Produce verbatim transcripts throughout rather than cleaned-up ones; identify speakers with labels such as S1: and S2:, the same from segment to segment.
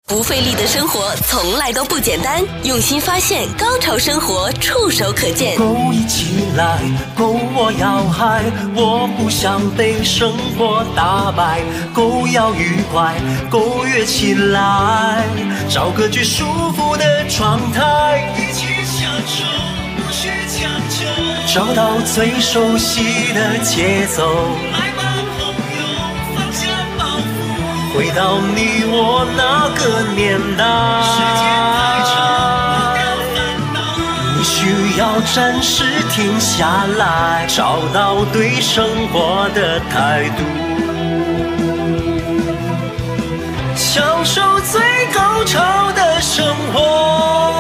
S1: 不费力的生活从来都不简单，用心发现，高潮生活触手可见。
S2: 勾一起来，勾我要嗨，我不想被生活打败。勾要愉快，勾跃起来，找个最舒服的状态，一起享受，不需强求，找到最熟悉的节奏。来吧朋友，放下包袱，回到你我那个年代。时间太长，忘掉烦恼，你需要暂时停下来，找到对生活的态度，享受最高潮的生活。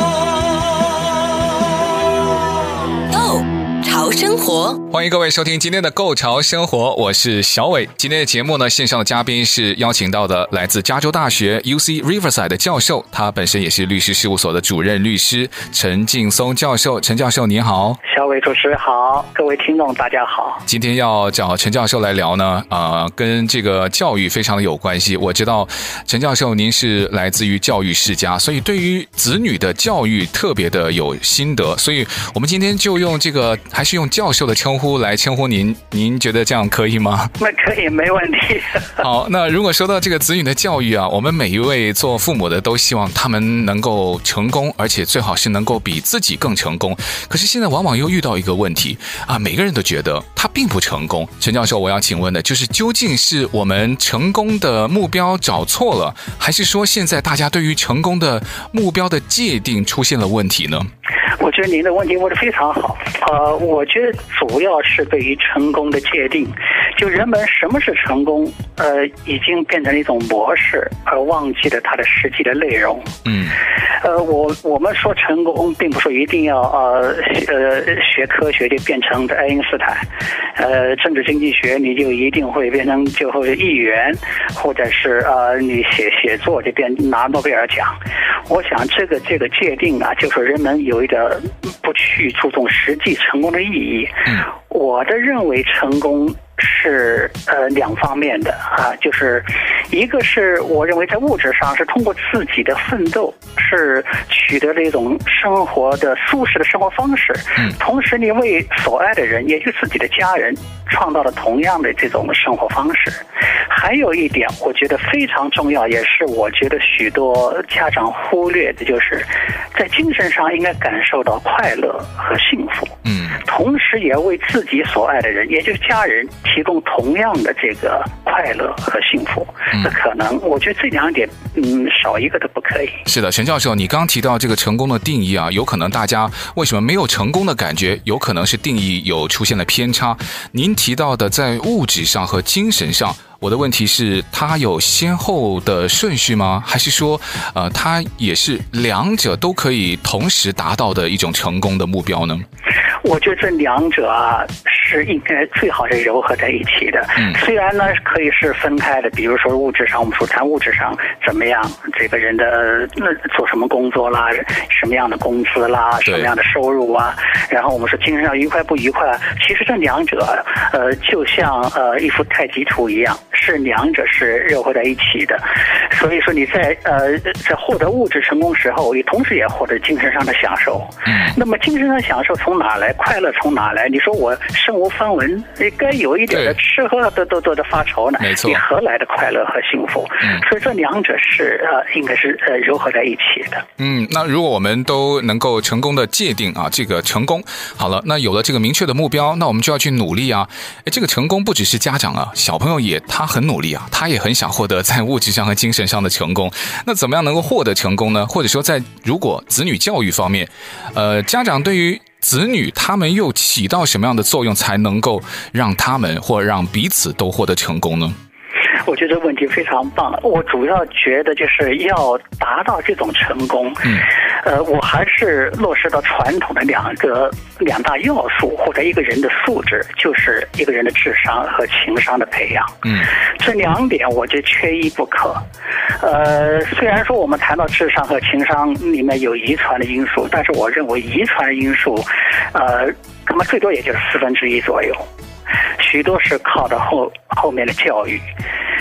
S1: 生活，
S3: 欢迎各位收听今天的购潮生活，我是小伟。今天的节目呢，线上的嘉宾是邀请到的来自加州大学 U C Riverside 的教授，他本身也是律师事务所的主任律师陈劲松教授。陈教授您好。
S4: 小伟主持好，各位听众大家好。
S3: 今天要找陈教授来聊呢，呃，跟这个教育非常的有关系。我知道陈教授您是来自于教育世家，所以对于子女的教育特别的有心得，所以我们今天就用这个还是用教授的称呼来称呼您，您觉得这样可以吗？
S4: 那可以，没问题。
S3: 好，那如果说到这个子女的教育啊，我们每一位做父母的都希望他们能够成功，而且最好是能够比自己更成功。可是现在往往又遇到一个问题啊，每个人都觉得他并不成功。陈教授，我要请问的就是，究竟是我们成功的目标找错了，还是说现在大家对于成功的目标的界定出现了问题呢？
S4: 我觉得您的问题问得非常好。呃，我觉得主要是对于成功的界定，就人们什么是成功，呃，已经变成了一种模式，而忘记了它的实际的内容。嗯，呃，我我们说成功，并不说一定要呃呃学科学就变成爱因斯坦，呃，政治经济学你就一定会变成就会议员，或者是呃你写写作就变拿诺贝尔奖。我想这个这个界定啊，就是人们有一点不去注重实际成功的意义。嗯，我的认为成功是呃两方面的啊，就是一个是我认为在物质上是通过自己的奋斗是取得了一种生活的舒适的生活方式，嗯，同时你为所爱的人，也就是自己的家人，创造了同样的这种生活方式。还有一点我觉得非常重要，也是我觉得许多家长忽略的，就是在精神上应该感受到快乐和幸福，嗯，同时也为自己所爱的人，也就是家人提供同样的这个快乐和幸福。那可能我觉得这两点嗯少一个都不可以。
S3: 是的，陈教授，你刚刚提到这个成功的定义啊，有可能大家为什么没有成功的感觉，有可能是定义有出现了偏差。您提到的在物质上和精神上，我的问题是它有先后的顺序吗？还是说呃，它也是两者都可以同时达到的一种成功的目标呢？
S4: 我觉得这两者啊是应该最好是糅合在一起的。嗯，虽然呢可以是分开的，比如说物质上，我们说谈物质上怎么样，这个人的那做什么工作啦，什么样的工资啦，什么样的收入啊，然后我们说精神上愉快不愉快，其实这两者呃就像呃一幅太极图一样，是两者是糅合在一起的。所以说你在呃在获得物质成功时候，你同时也获得精神上的享受。嗯，那么精神上的享受从哪来？快乐从哪来？你说我身无分文，你该有一点的吃喝都都都的发愁呢，没错，你何来的快乐和幸福？嗯，所以这两者是呃应该是呃糅合在一起的。
S3: 嗯，那如果我们都能够成功的界定啊，这个成功好了，那有了这个明确的目标，那我们就要去努力啊。这个成功不只是家长啊，小朋友也他很努力啊，他也很想获得在物质上和精神上的成功。那怎么样能够获得成功呢？或者说在如果子女教育方面，呃，家长对于子女他们又起到什么样的作用，才能够让他们或让彼此都获得成功呢？
S4: 我觉得问题非常棒。我主要觉得就是要达到这种成功，嗯，呃，我还是落实到传统的两个两大要素，或者一个人的素质，就是一个人的智商和情商的培养。嗯，这两点我觉得缺一不可。呃，虽然说我们谈到智商和情商里面有遗传的因素，但是我认为遗传的因素，呃，那么最多也就是四分之一左右。许多是靠的后后面的教育，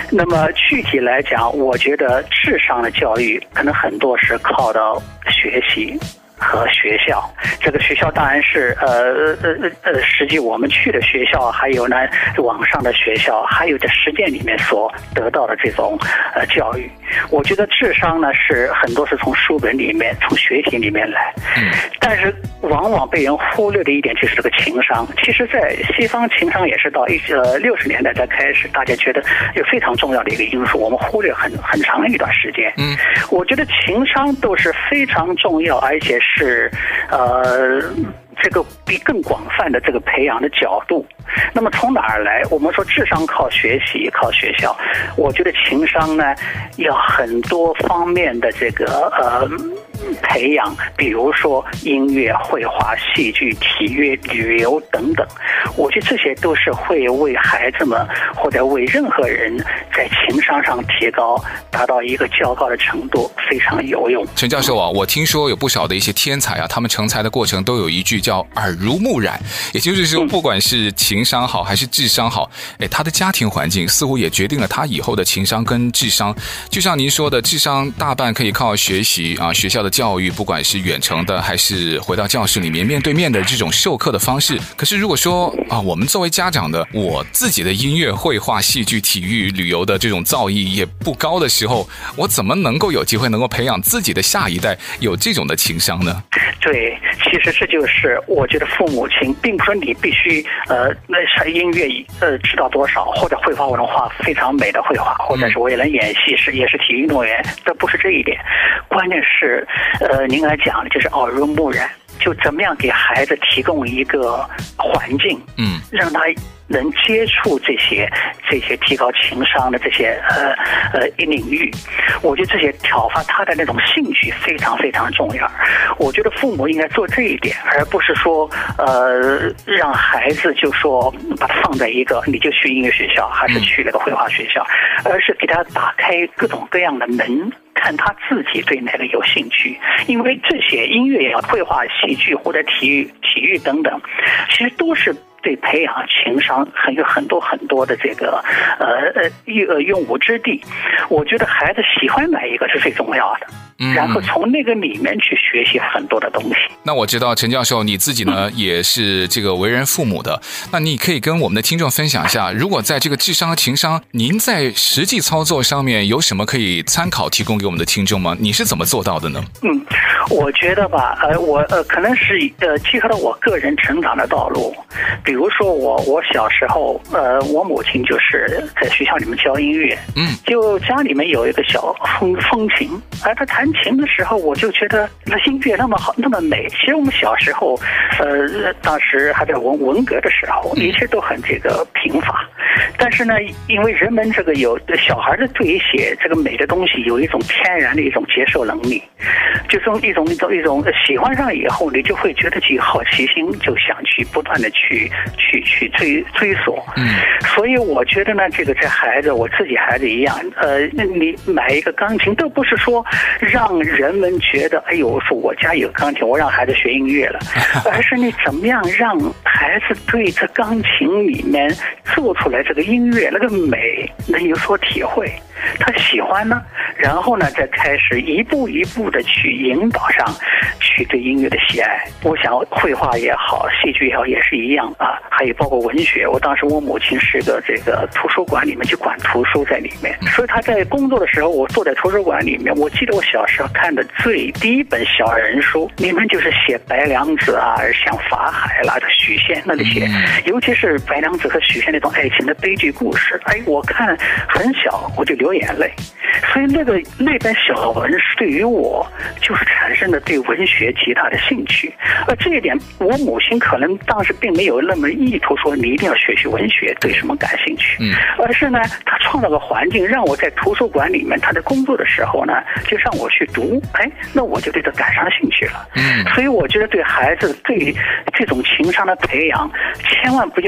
S4: 那么具体来讲，我觉得智商的教育可能很多是靠到学习和学校。这个学校当然是呃呃呃，实际我们去的学校，还有呢网上的学校，还有在实践里面所得到的这种呃教育。我觉得智商呢是很多是从书本里面、从学习里面来，嗯，但是往往被人忽略的一点就是这个情商。其实，在西方情商也是到一呃六十年代才开始，大家觉得有非常重要的一个因素，我们忽略很很长的一段时间。嗯，我觉得情商都是非常重要，而且是呃。这个比更广泛的这个培养的角度，那么从哪儿来？我们说智商靠学习，靠学校。我觉得情商呢，要很多方面的这个呃培养，比如说音乐、绘画、戏剧、体育、旅游等等。我觉得这些都是会为孩子们或者为任何人在情商上提高，达到一个较高的程度，非常有用。
S3: 陈教授啊，我听说有不少的一些天才啊，他们成才的过程都有一句叫耳濡目染，也就是说，不管是情商好还是智商好，哎，他的家庭环境似乎也决定了他以后的情商跟智商。就像您说的，智商大半可以靠学习啊，学校的教育，不管是远程的还是回到教室里面面对面的这种授课的方式。可是如果说啊，我们作为家长的，我自己的音乐、绘画、戏剧、体育、旅游的这种造诣也不高的时候，我怎么能够有机会能够培养自己的下一代有这种的情商呢？
S4: 对，其实这就是我觉得父母亲并不说你必须呃那音乐呃知道多少，或者绘画文化非常美的绘画，或者是我也能演戏，是也是体育运动员，这不是这一点，关键是呃您来讲的就是耳濡目染，就怎么样给孩子提供一个环境，嗯，让他能接触这些这些提高情商的这些呃呃领域。我觉得这些挑发他的那种兴趣非常非常重要。我觉得父母应该做这一点，而不是说呃让孩子就说把他放在一个你就去音乐学校，还是去那个绘画学校，而是给他打开各种各样的门，看他自己对哪个有兴趣。因为这些音乐也好，绘画、戏剧或者体育体育等等，其实都是对培养情商很有很多很多的这个呃呃呃用武之地。我觉得孩子喜欢哪一个是最重要的，嗯，然后从那个里面去学习很多的东西。
S3: 那我知道陈教授你自己呢、嗯、也是这个为人父母的，那你可以跟我们的听众分享一下，如果在这个智商和情商，您在实际操作上面有什么可以参考提供给我们的听众吗？你是怎么做到的呢？
S4: 嗯，我觉得吧，呃，我呃可能是呃结合了我个人成长的道路。比如说我我小时候，呃，我母亲就是在学校里面教音乐，嗯，就家里面有一个小风风琴，而她弹琴的时候，我就觉得那音乐那么好，那么美。其实我们小时候，呃，当时还在文文革的时候，一切都很这个贫乏。但是呢，因为人们这个有小孩的对一些这个美的东西有一种天然的一种接受能力，就是一种一种一种喜欢上以后，你就会觉得这个好奇心，就想去不断的去去去追追索。嗯，所以我觉得呢，这个这孩子，我自己孩子一样，呃，你买一个钢琴，都不是说让人们觉得，哎呦，说我家有钢琴，我让孩子学音乐了，而是你怎么样让孩子对这钢琴里面做出来这个音乐那个美能有所体会，他喜欢呢，然后呢，再开始一步一步的去引导上去对音乐的喜爱。我想绘画也好，戏剧也好，也是一样啊。还有包括文学，我当时我母亲是个这个图书馆里面就管图书在里面，所以她在工作的时候，我坐在图书馆里面。我记得我小时候看的最第一本小人书，里面就是写白娘子啊，像法海啦、许仙那些，尤其是白娘子和许仙那种爱情的悲剧故事。哎，我看很小我就流眼泪。所以那个那本小文对于我就是产生了对文学极大的兴趣。而这一点，我母亲可能当时并没有那么意图说你一定要学习文学，对什么感兴趣，嗯，而是呢，她创造个环境，让我在图书馆里面，她在工作的时候呢，就让我去读，哎，那我就对这感上兴趣了。嗯，所以我觉得对孩子对这种情商的培养，千万不要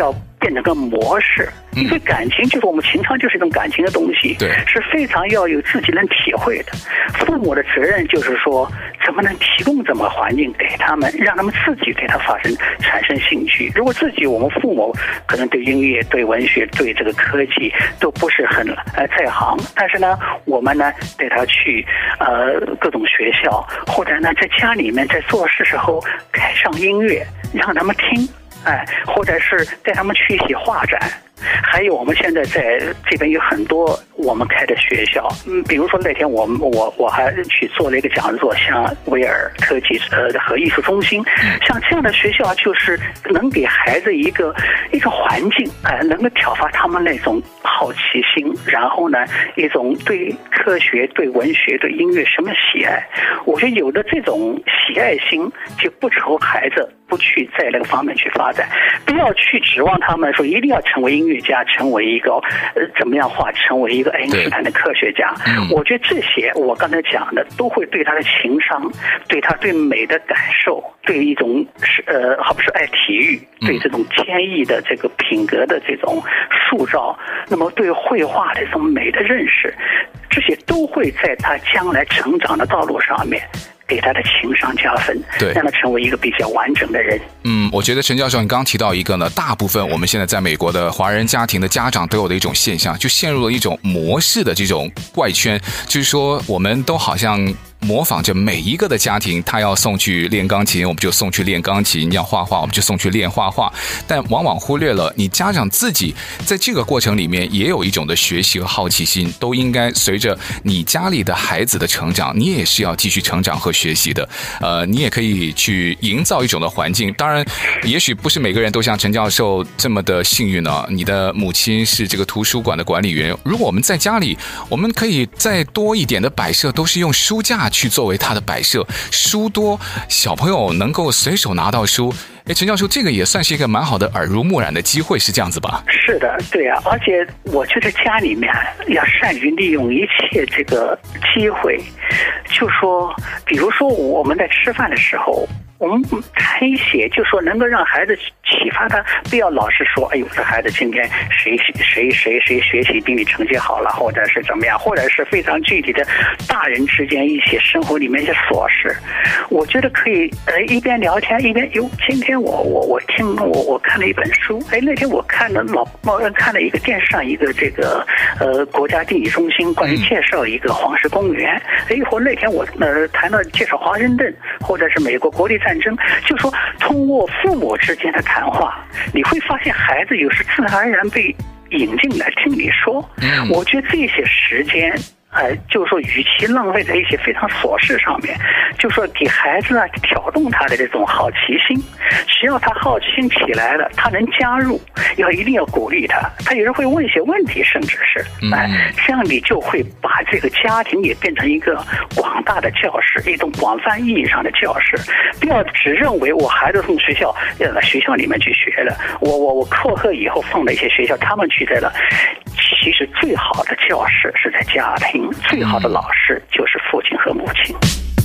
S4: 变成个模式。因为感情就是我们情商就是一种感情的东西，
S3: 对，
S4: 是非常要有自己能体会的。父母的责任就是说，怎么能提供这么环境给他们，让他们自己对他发生产生兴趣。如果自己我们父母可能对音乐、对文学、对这个科技都不是很呃在行，但是呢，我们呢带他去呃各种学校，或者呢在家里面在做事时候开上音乐，让他们听，哎，或者是带他们去一些画展。还有我们现在在这边有很多我们开的学校，嗯，比如说那天我们我我还去做了一个讲座，像威尔科技呃和艺术中心，像这样的学校就是能给孩子一个一个环境，哎、呃，能够挑发他们那种好奇心，然后呢，一种对科学、对文学、对音乐什么喜爱。我觉得有的这种喜爱心，就不愁孩子不去在那个方面去发展，不要去指望他们说一定要成为音乐家，成为一个呃怎么样话，成为一个爱因斯坦的科学家。我觉得这些我刚才讲的都会对他的情商，对他对美的感受，对一种呃，好比说爱体育，对这种坚毅的这个品格的这种塑造，那么对绘画的这种美的认识，这些都会在他将来成长的道路上面给他的情商加分，
S3: 对，
S4: 让他成为一个比较完整的人。
S3: 嗯，我觉得陈教授，你刚刚提到一个呢，大部分我们现在在美国的华人家庭的家长都有的一种现象，就陷入了一种模式的这种怪圈，就是说我们都好像模仿着每一个的家庭，他要送去练钢琴，我们就送去练钢琴；要画画，我们就送去练画画。但往往忽略了，你家长自己在这个过程里面也有一种的学习和好奇心，都应该随着你家里的孩子的成长，你也是要继续成长和学习的。呃，你也可以去营造一种的环境。当然，也许不是每个人都像陈教授这么的幸运呢。你的母亲是这个图书馆的管理员，如果我们在家里，我们可以再多一点的摆设，都是用书架去作为它的摆设，书多，小朋友能够随手拿到书。哎，陈教授，这个也算是一个蛮好的耳濡目染的机会，是这样子吧？
S4: 是的，对啊，而且我觉得家里面要善于利用一切这个机会，就说，比如说我们在吃饭的时候，我们谈一些，就说能够让孩子启发他，不要老是说，哎呦，这孩子今天谁谁谁谁学习比你成绩好了，或者是怎么样，或者是非常具体的大人之间一些生活里面一些琐事，我觉得可以呃一边聊天一边，哟，今天我我我听我我看了一本书，哎，那天我看了老看了一个电视上一个这个呃国家地理中心关于介绍一个黄石公园，哎，或那天我呃谈到介绍华盛顿或者是美国国立战争，就说通过父母之间的谈话，你会发现孩子有时自然而然被引进来听你说。我觉得这些时间呃，就是说，与其浪费在一些非常琐事上面，就说给孩子啊挑动他的这种好奇心。只要他好奇心起来了，他能加入，要一定要鼓励他。他有人会问一些问题，甚至是哎，这样你就会把这个家庭也变成一个广大的教室，一种广泛意义上的教室。不要只认为我孩子从学校呃学校里面去学了，我我我课后以后放了一些学校，他们去在了。其实最好的教室是在家庭，最好的老师就是父亲和母亲。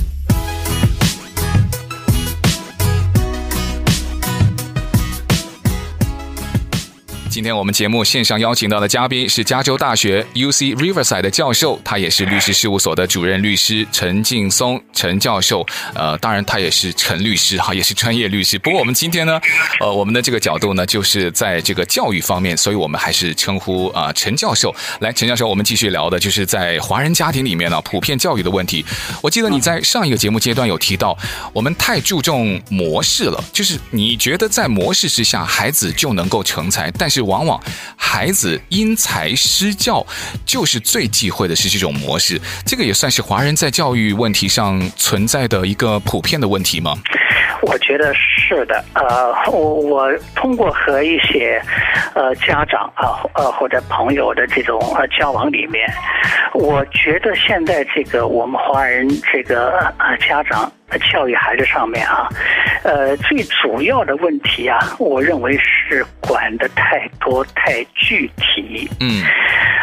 S3: 今天我们节目线上邀请到的嘉宾是加州大学 U C Riverside 的教授，他也是律师事务所的主任律师陈劲松陈教授。呃，当然他也是陈律师哈，也是专业律师。不过我们今天呢，呃，我们的这个角度呢，就是在这个教育方面，所以我们还是称呼啊、呃、陈教授。来，陈教授，我们继续聊的就是在华人家庭里面呢，普遍教育的问题。我记得你在上一个节目阶段有提到，我们太注重模式了，就是你觉得在模式之下，孩子就能够成才，但是往往孩子因材施教，就是最忌讳的是这种模式。这个也算是华人在教育问题上存在的一个普遍的问题吗？
S4: 我觉得是的，呃，我我通过和一些呃家长啊呃或者朋友的这种呃交往里面，我觉得现在这个我们华人这个呃家长教育孩子上面啊，呃最主要的问题啊，我认为是管得太多太具体。嗯。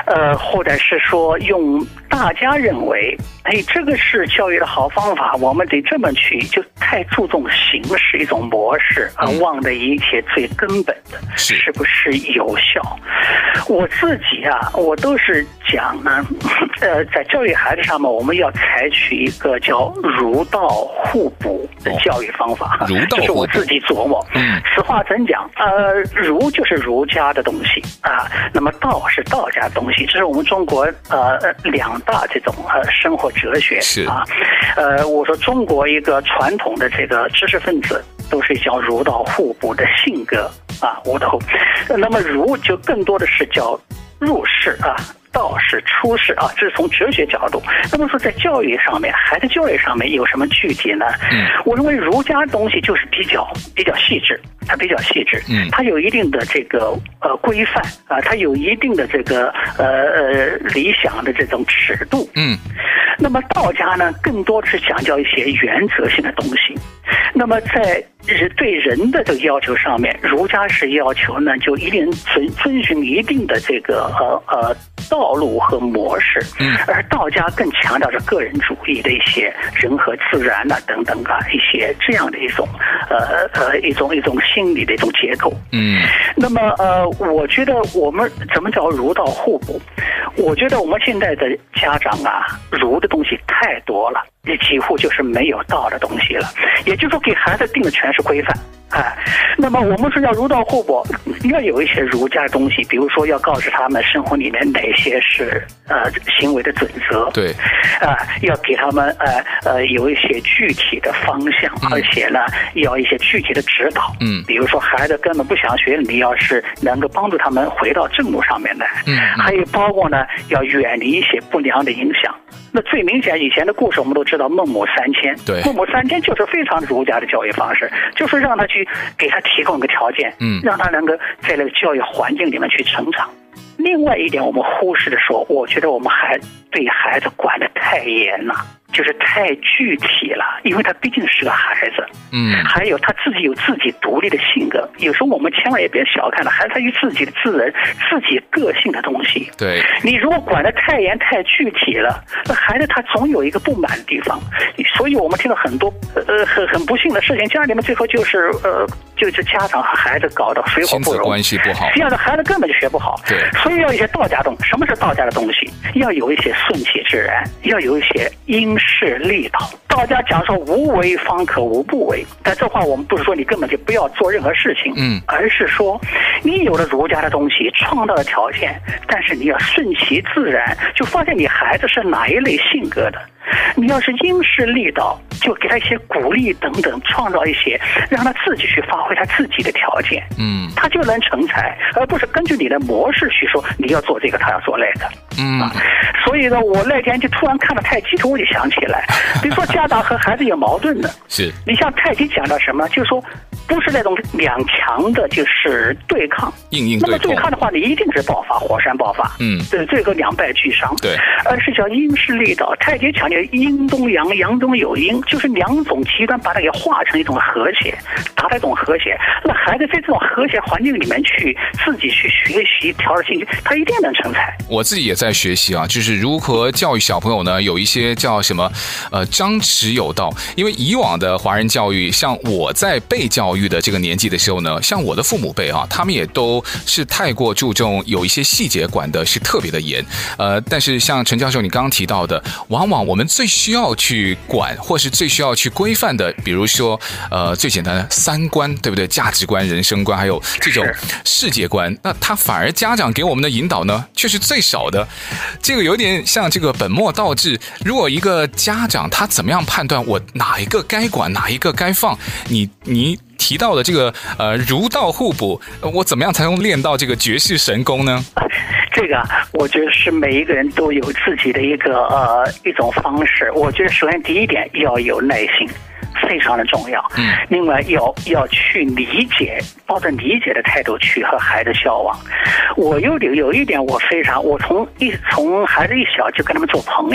S4: 呃，或者是说用大家认为，哎，这个是教育的好方法，我们得这么去，就太注重形式一种模式，而忘了一切最根本的是不是有效。我自己啊，我都是讲呢，呃，在教育孩子上面，我们要采取一个叫儒道互补的教育方法。
S3: 儒道互补，
S4: 这是我自己琢磨。嗯，实话真讲，呃，儒就是儒家的东西啊，那么道是道家的东西，这是我们中国呃两大这种呃生活哲学啊。呃，我说中国一个传统的这个知识分子都是叫儒道互补的性格啊，儒道。那么儒就更多的是叫入世啊。道是出世啊，这是从哲学角度。那么说，在教育上面，孩子教育上面有什么具体呢？嗯，我认为儒家的东西就是比较比较细致，它比较细致，嗯，它有一定的这个呃规范啊，它有一定的这个呃呃理想的这种尺度，嗯。那么道家呢，更多的是强调一些原则性的东西。那么在对人的这个要求上面，儒家是要求呢，就一定遵遵循一定的这个呃呃道路和模式，嗯，而道家更强调着个人主义的一些人和自然呐、啊、等等啊一些这样的一种呃呃一种一种心理的一种结构，嗯。那么呃，我觉得我们怎么叫儒道互补？我觉得我们现在的家长啊，儒的东西太多了。也几乎就是没有道的东西了，也就是说给孩子定的全是规范，哎，那么我们说要儒道互补，要有一些儒家的东西，比如说要告诉他们生活里面哪些是呃行为的准则，
S3: 对，
S4: 啊、呃，要给他们呃呃有一些具体的方向，嗯、而且呢要一些具体的指导，嗯，比如说孩子根本不想学，你要是能够帮助他们回到正路上面来，嗯，还有包括呢要远离一些不良的影响。那最明显，以前的故事我们都知道，孟母三迁。对，孟母三迁就是非常儒家的教育方式，就是让他去给他提供一个条件，嗯，让他能够在那个教育环境里面去成长。另外一点，我们忽视的说，我觉得我们还对孩子管得太严了。就是太具体了，因为他毕竟是个孩子，嗯，还有他自己有自己独立的性格。有时候我们千万也别小看了孩子，他有自己的自人、自己个性的东西。对，你如果管得太严、太具体了，那孩子他总有一个不满的地方。所以我们听到很多呃很很不幸的事情，家里面最后就是呃就是家长和孩子搞得水火不容，亲子关系不好，这样的孩子根本就学不好。对，所以要一些道家东西。什么是道家的东西？要有一些顺其自然，要有一些因势利导。道家讲说无为方可无不为，但这话我们不是说你根本就不要做任何事情，嗯，而是说你有了儒家的东西，创造了条件，但是你要顺其自然，就发现你孩子是哪一类性格的。你要是因势利导，就给他一些鼓励等等，创造一些让他自己去发挥他自己的条件，嗯，他就能成才，而不是根据你的模式去说你要做这个，他要做那个，嗯、啊。所以呢，我那天就突然看到太极图，我就想起来，比如说家长和孩子有矛盾的，是你像太极讲到什么，就是说不是那种两强的，就是对抗，硬硬对抗。那么对抗的话，你一定是爆发，火山爆发，嗯，对，最后两败俱伤，对，而是叫因势利导。太极强调阴中阳，阳中有阴，就是两种极端把它给化成一种和谐，达到一种和谐。那孩子在这种和谐环境里面去自己去学习，调整兴趣，他一定能成才。
S3: 我自己也在学习啊，就是如何教育小朋友呢？有一些叫什么呃张弛有道。因为以往的华人教育，像我在被教育的这个年纪的时候呢，像我的父母辈啊，他们也都是太过注重有一些细节管的是特别的严。呃，但是像陈教授你刚刚提到的，往往我们最需要去管，或是最需要去规范的，比如说呃最简单的三观，对不对？价值观、人生观，还有这种世界观，那他反而家长给我们的引导呢，却是最少的。这个有点像这个本末倒置。如果一个家长他怎么样判断我哪一个该管，哪一个该放？你你提到的这个呃儒道互补，我怎么样才能练到这个绝世神功呢？
S4: 这个我觉得是每一个人都有自己的一个呃一种方式。我觉得首先第一点要有耐心，非常的重要。嗯，另外要要去理解，抱着理解的态度去和孩子交往。我有点有一点我非常，我从一从孩子一小就跟他们做朋友。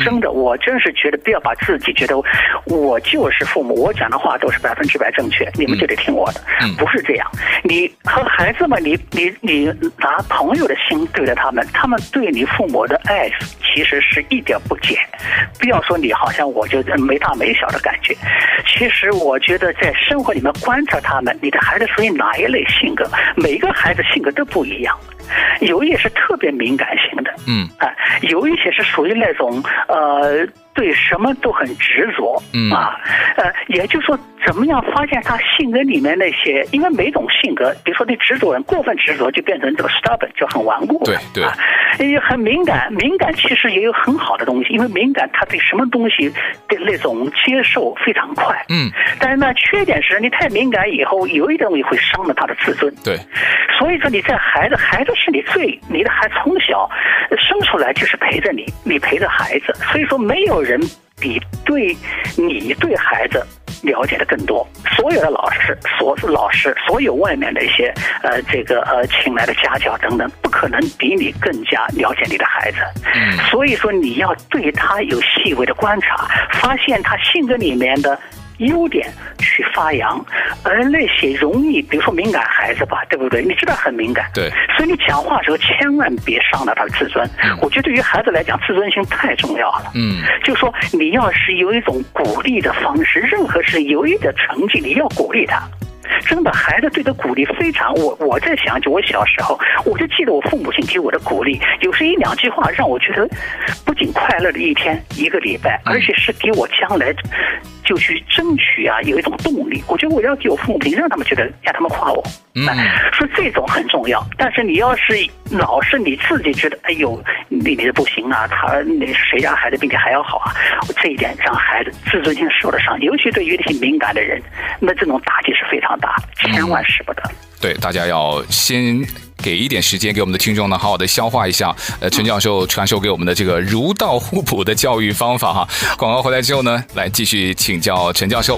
S4: 真的，我真是觉得不要把自己觉得我就是父母，我讲的话都是百分之百正确，你们就得听我的，
S3: 嗯、
S4: 不是这样。你和孩子们，你你你拿朋友的心对待他们，他们对你父母的爱其实是一点不减。不要说你好像我就没大没小的感觉，其实我觉得在生活里面观察他们，你的孩子属于哪一类性格？每个孩子性格都不一样。有一些是特别敏感型的，
S3: 嗯
S4: 啊，有一些是属于那种呃对什么都很执着，
S3: 嗯
S4: 啊，呃，也就是说，怎么样发现他性格里面那些，因为每种性格，比如说你执着人过分执着，就变成这个 stubborn 就很顽固，
S3: 对对，
S4: 啊，也很敏感，敏感其实也有很好的东西，因为敏感他对什么东西的那种接受非常快，
S3: 嗯，
S4: 但是呢，缺点是你太敏感以后，有一点东西会伤了他的自尊，
S3: 对，
S4: 所以说你在孩子，孩子是你最，你的孩子从小生出来就是陪着你，你陪着孩子，所以说没有人比对你对孩子了解的更多。所有的老师，所老师，所有外面的一些呃这个呃请来的家教等等，不可能比你更加了解你的孩子。
S3: 嗯，
S4: 所以说你要对他有细微的观察，发现他性格里面的优点去发扬，而那些容易，比如说敏感孩子吧，对不对？你知道很敏感，
S3: 对，
S4: 所以你讲话的时候千万别伤了他的自尊。
S3: 嗯、
S4: 我觉得对于孩子来讲，自尊心太重要了。
S3: 嗯，
S4: 就说你要是有一种鼓励的方式，任何事有一点成绩，你要鼓励他。真的，孩子对的鼓励非常。我我在想，就我小时候，我就记得我父母亲给我的鼓励，有时一两句话让我觉得不仅快乐的一天一个礼拜，而且是给我将来就去争取啊，有一种动力。我觉得我要给我父母亲，让他们觉得，让他们夸我。
S3: 嗯，
S4: 说这种很重要。但是你要是老是你自己觉得，哎呦，你你不行啊，他那谁家孩子比你还要好啊，这一点让孩子自尊心受了伤，尤其对于那些敏感的人，那这种打击是非常大的，千万使不得。嗯、
S3: 对，大家要先给一点时间给我们的听众呢，好好的消化一下，呃，陈教授传授给我们的这个儒道互补的教育方法哈。广告回来之后呢，来继续请教陈教授。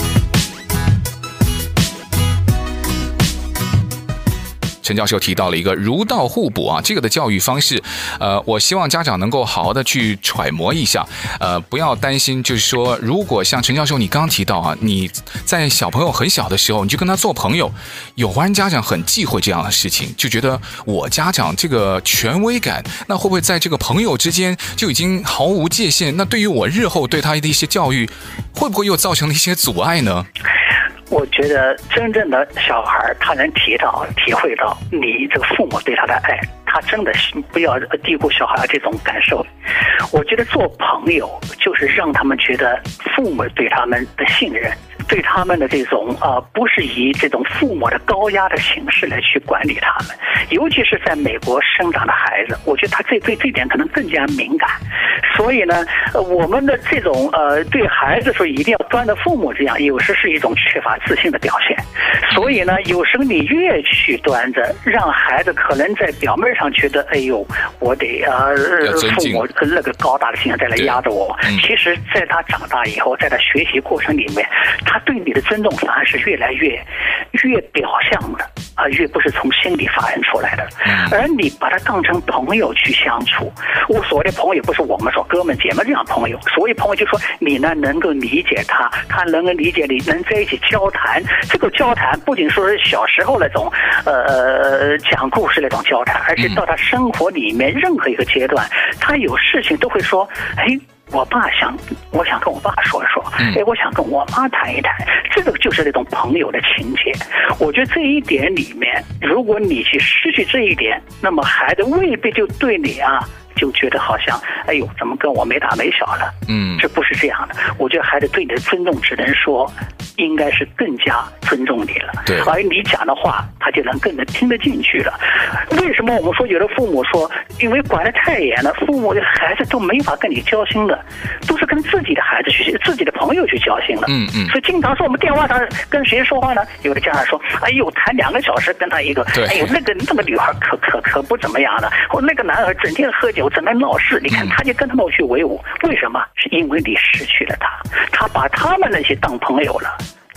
S3: 陈教授提到了一个儒道互补啊，这个的教育方式，呃，我希望家长能够好好的去揣摩一下，呃，不要担心，就是说，如果像陈教授你刚刚提到啊，你在小朋友很小的时候，你就跟他做朋友，有华人家长很忌讳这样的事情，就觉得我家长这个权威感，那会不会在这个朋友之间就已经毫无界限？那对于我日后对他的一些教育，会不会又造成了一些阻碍呢？
S4: 我觉得真正的小孩，他能体到、体会到你这个父母对他的爱，他真的是不要低估小孩这种感受。我觉得做朋友就是让他们觉得父母对他们的信任，对他们的这种啊、呃，不是以这种父母的高压的形式来去管理他们。尤其是在美国生长的孩子，我觉得他这对这点可能更加敏感。所以呢，呃、我们的这种呃对孩子说一定要端着父母这样，有时是一种缺乏自信的表现。所以呢，有时候你越去端着，让孩子可能在表面上觉得，哎呦，我得呃父母那个高大的形象再来压着我。
S3: 嗯、
S4: 其实，在他长大以后，在他学习过程里面，他对你的尊重反而是越来越越表象的啊、呃，越不是从心里发生出来的。
S3: 嗯、
S4: 而你把他当成朋友去相处，我所谓的朋友不是我们说哥们姐们这样朋友，所谓朋友就说你呢能够理解他，他能够理解你，能在一起交谈。这个交谈不仅说是小时候那种呃讲故事那种交谈，而且到他生活里面任何一个阶段，他有事情都会说，哎。我爸想，我想跟我爸说一说，哎，我想跟我妈谈一谈，这个就是那种朋友的情节。我觉得这一点里面，如果你去失去这一点，那么孩子未必就对你啊。就觉得好像，哎呦，怎么跟我没大没小了？
S3: 嗯，
S4: 这不是这样的。我觉得孩子对你的尊重，只能说，应该是更加尊重你了。
S3: 对，
S4: 而你讲的话，他就能更能听得进去了。为什么我们说有的父母说，因为管得太严了，父母的孩子都没法跟你交心的，都是跟自己的孩子去、自己的朋友去交心了。
S3: 嗯嗯。
S4: 所以经常说我们电话上跟谁说话呢？有的家长说，哎呦，谈两个小时跟他一个，哎呦，那个那个女孩可可可不怎么样的，或那个男孩整天喝酒。怎么闹事？你看，他就跟他们去为伍，为什么？是因为你失去了他，他把他们那些当朋友了，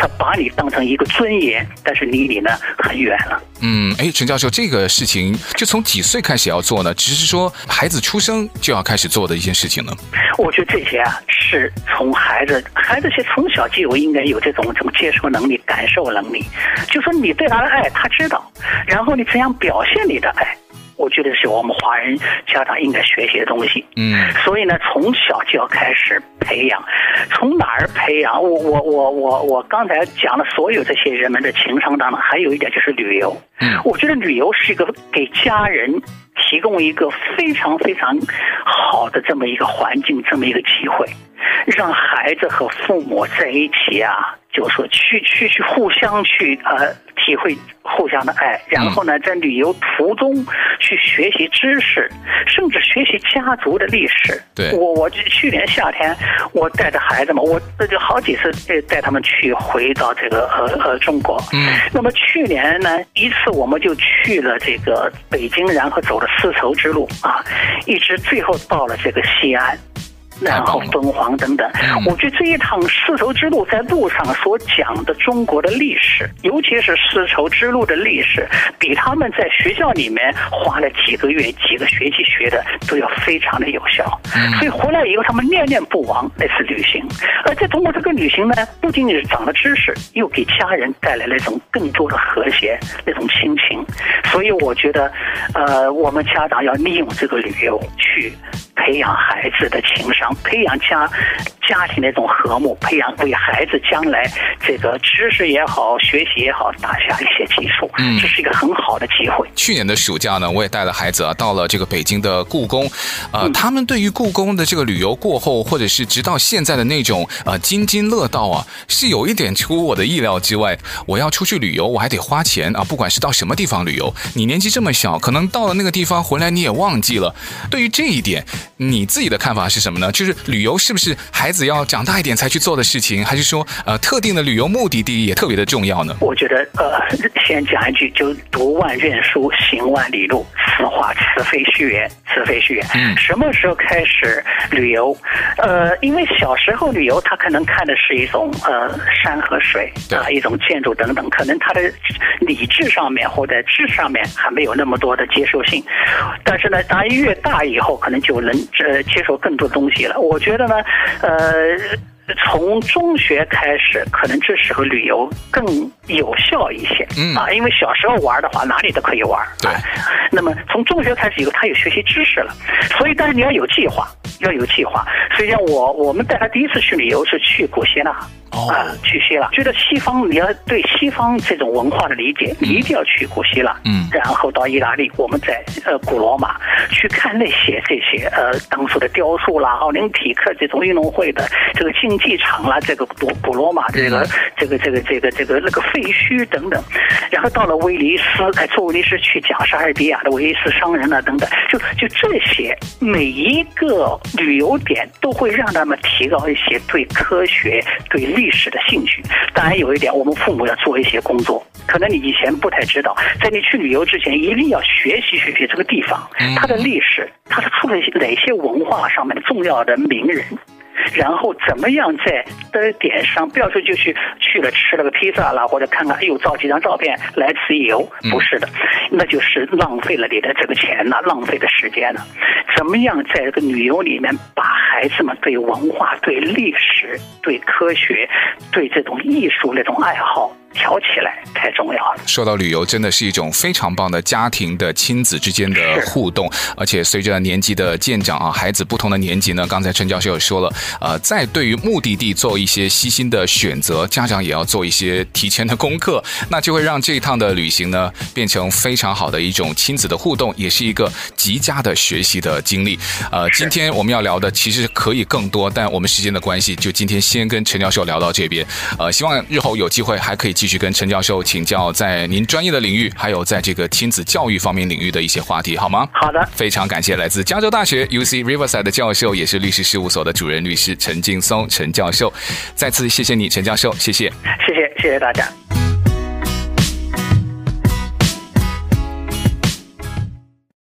S4: 他把你当成一个尊严，但是离你呢很远了。
S3: 嗯，哎，陈教授，这个事情就从几岁开始要做呢？只是说孩子出生就要开始做的一件事情呢？
S4: 我觉得这些啊，是从孩子，孩子是从小就有应该有这种这种接受能力、感受能力，就说你对他的爱，他知道，然后你怎样表现你的爱。我觉得是我们华人家长应该学习的东西。嗯，所以呢，从小就要开始培养。从哪儿培养？我我我我我刚才讲了所有这些人们的情商当中，还有一点就是旅游。嗯，我觉得旅游是一个给家人提供一个非常非常好的这么一个环境，这么一个机会，让孩子和父母在一起啊，就是说去去去互相去呃体会互相的爱，然后呢，在旅游途中去学习知识，甚至学习家族的历史。
S3: 对，
S4: 我我去年夏天我带着孩子们，我就好几次带他们去回到这个呃呃中国。嗯，那么去年呢，一次我们就去了这个北京，然后走了丝绸之路啊，一直最后到了这个西安。然后敦煌等等，我觉得这一趟丝绸之路在路上所讲的中国的历史，尤其是丝绸之路的历史，比他们在学校里面花了几个月、几个学期学的都要非常的有效。所以回来以后，他们念念不忘那次旅行。而在通过这个旅行呢，不仅仅是长了知识，又给家人带来了一种更多的和谐、那种亲情。所以我觉得，呃，我们家长要利用这个旅游去培养孩子的情商，培养家家庭的一种和睦，培养为孩子将来这个知识也好、学习也好打下一些基础。嗯，这是一个很好的机会。
S3: 去年的暑假呢，我也带了孩子啊到了这个北京的故宫，呃，嗯、他们对于故宫的这个旅游过后，或者是直到现在的那种呃津津乐道啊，是有一点出我的意料之外。我要出去旅游，我还得花钱啊，不管是到什么地方旅游，你年纪这么小，可能到了那个地方回来你也忘记了。对于这一点，你自己的看法是什么呢？就是旅游是不是孩子要长大一点才去做的事情，还是说呃特定的旅游目的地也特别的重要呢？
S4: 我觉得呃，先讲一句，就读万卷书，行万里路。此话此非虚言，此非虚言。嗯，什么时候开始旅游？呃，因为小时候旅游，他可能看的是一种呃山和水啊、呃，一种建筑等等，可能他的理智上面或者知识上面还没有那么多的接受性。但是呢，当然越大以后，可能就能呃接受更多东西了。我觉得呢，呃。从中学开始，可能这时候旅游更有效一些。嗯啊，因为小时候玩的话，哪里都可以玩。
S3: 对。
S4: 啊、那么从中学开始以后，他有学习知识了，所以但是你要有计划，要有计划。所以像我，我们带他第一次去旅游是去古希腊。哦、啊，去希腊，觉得西方你要对西方这种文化的理解，你一定要去古希腊，嗯，然后到意大利，我们在呃古罗马去看那些这些呃当初的雕塑啦、奥林匹克这种运动会的这个竞技场啦，这个古古罗马这个、嗯、这个这个这个这个那个废墟等等，然后到了威尼斯，哎，坐威尼斯去讲莎士比亚的威尼斯商人啊等等，就就这些每一个旅游点都会让他们提高一些对科学对历史的兴趣。当然有一点，我们父母要做一些工作，可能你以前不太知道，在你去旅游之前一定要学习学习这个地方，它的历史，它是出了哪些文化上面的重要的名人，然后怎么样在的点上，不要说就去去了吃了个披萨啦，或者看看哎呦照几张照片来此一游，不是的，那就是浪费了你的这个钱了，浪费的时间了。怎么样在这个旅游里面把孩子们对文化、对历史、对科学、对这种艺术那种爱好调起来太重要了。
S3: 说到旅游，真的是一种非常棒的家庭的亲子之间的互动，而且随着年纪的渐长啊，孩子不同的年纪呢，刚才陈教授也说了，呃，在对于目的地做一些悉心的选择，家长也要做一些提前的功课，那就会让这一趟的旅行呢变成非常好的一种亲子的互动，也是一个极佳的学习的经历。呃，今天我们要聊的其实可以更多，但我们时间的关系，就今天先跟陈教授聊到这边。呃，希望日后有机会还可以继续跟陈教授请教在您专业的领域，还有在这个亲子教育方面领域的一些话题，好吗？
S4: 好的，
S3: 非常感谢来自加州大学 U C Riverside 的教授，也是律师事务所的主任律师陈劲松陈教授，再次谢谢你，陈教授，谢谢，
S4: 谢谢，谢谢大家。